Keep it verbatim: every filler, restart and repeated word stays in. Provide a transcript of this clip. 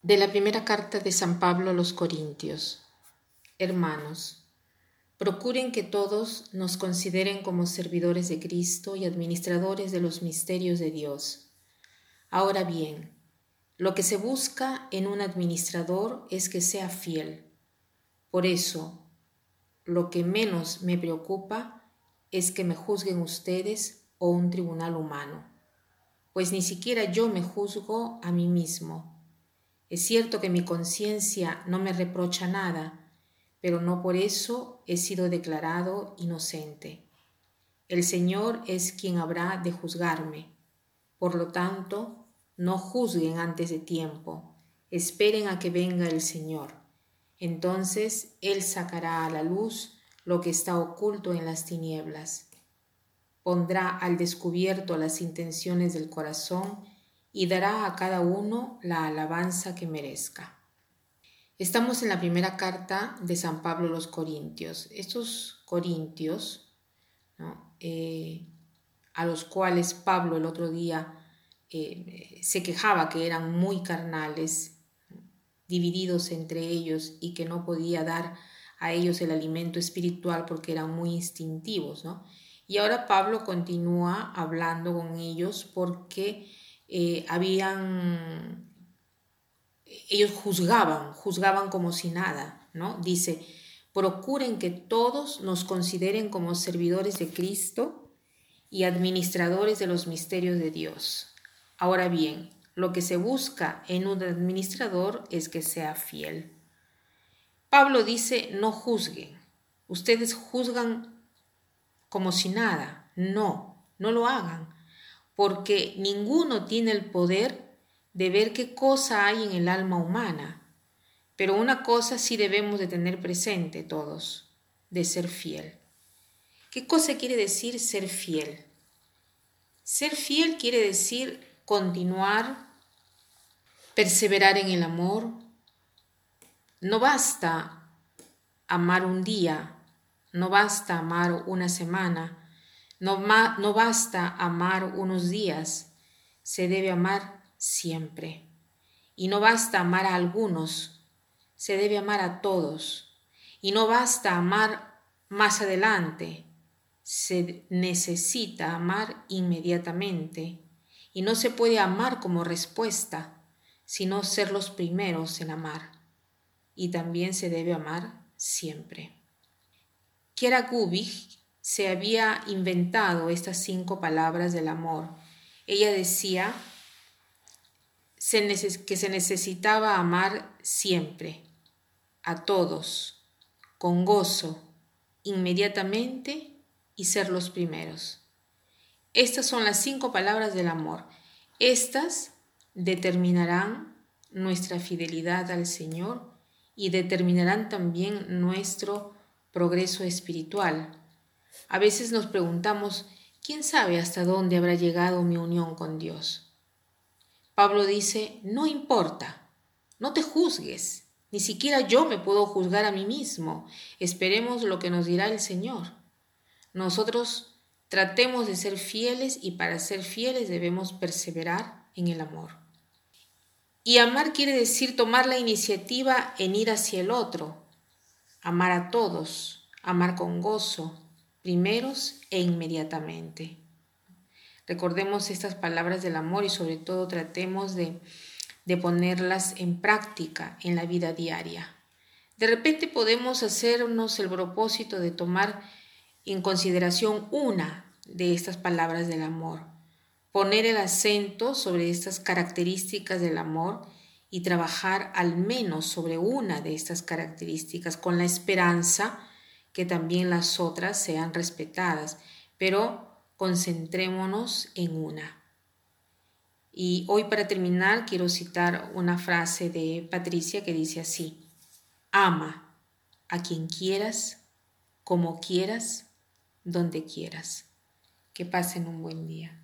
De la primera carta de San Pablo a los Corintios. Hermanos, procuren que todos nos consideren como servidores de Cristo y administradores de los misterios de Dios. Ahora bien, lo que se busca en un administrador es que sea fiel. Por eso, lo que menos me preocupa es que me juzguen ustedes o un tribunal humano, pues ni siquiera yo me juzgo a mí mismo. Es cierto que mi conciencia no me reprocha nada, pero no por eso he sido declarado inocente. El Señor es quien habrá de juzgarme. Por lo tanto, no juzguen antes de tiempo, esperen a que venga el Señor. Entonces Él sacará a la luz lo que está oculto en las tinieblas. Pondrá al descubierto las intenciones del corazón y dará a cada uno la alabanza que merezca. Estamos en la primera carta de San Pablo a los Corintios. Estos corintios, ¿no? eh, a los cuales Pablo el otro día eh, se quejaba que eran muy carnales, divididos entre ellos y que no podía dar a ellos el alimento espiritual porque eran muy instintivos, ¿no? Y ahora Pablo continúa hablando con ellos porque eh, habían, ellos juzgaban, juzgaban como si nada, ¿no? Dice, procuren que todos nos consideren como servidores de Cristo y administradores de los misterios de Dios. Ahora bien, lo que se busca en un administrador es que sea fiel. Pablo dice, no juzguen. Ustedes juzgan como si nada. No, no lo hagan, porque ninguno tiene el poder de ver qué cosa hay en el alma humana. Pero una cosa sí debemos de tener presente todos, de ser fiel. ¿Qué cosa quiere decir ser fiel? Ser fiel quiere decir continuar, perseverar en el amor. No basta amar un día, no basta amar una semana, no, ma- no basta amar unos días, se debe amar siempre. Y no basta amar a algunos, se debe amar a todos. Y no basta amar más adelante, se necesita amar inmediatamente. Y no se puede amar como respuesta, sino ser los primeros en amar. Y también se debe amar siempre. Kiara Gubich se había inventado estas cinco palabras del amor. Ella decía que se necesitaba amar siempre, a todos, con gozo, inmediatamente y ser los primeros. Estas son las cinco palabras del amor. Estas determinarán nuestra fidelidad al Señor y determinarán también nuestro progreso espiritual. A veces nos preguntamos, ¿quién sabe hasta dónde habrá llegado mi unión con Dios? Pablo dice, no importa, no te juzgues, ni siquiera yo me puedo juzgar a mí mismo. Esperemos lo que nos dirá el Señor. Nosotros tratemos de ser fieles y para ser fieles debemos perseverar en el amor. Y amar quiere decir tomar la iniciativa en ir hacia el otro, amar a todos, amar con gozo, primeros e inmediatamente. Recordemos estas palabras del amor y sobre todo tratemos de, de ponerlas en práctica en la vida diaria. De repente podemos hacernos el propósito de tomar en consideración una de estas palabras del amor, poner el acento sobre estas características del amor y trabajar al menos sobre una de estas características con la esperanza que también las otras sean respetadas, pero concentrémonos en una. Y hoy para terminar quiero citar una frase de Patricia que dice así: ama a quien quieras, como quieras, donde quieras. Que pasen un buen día.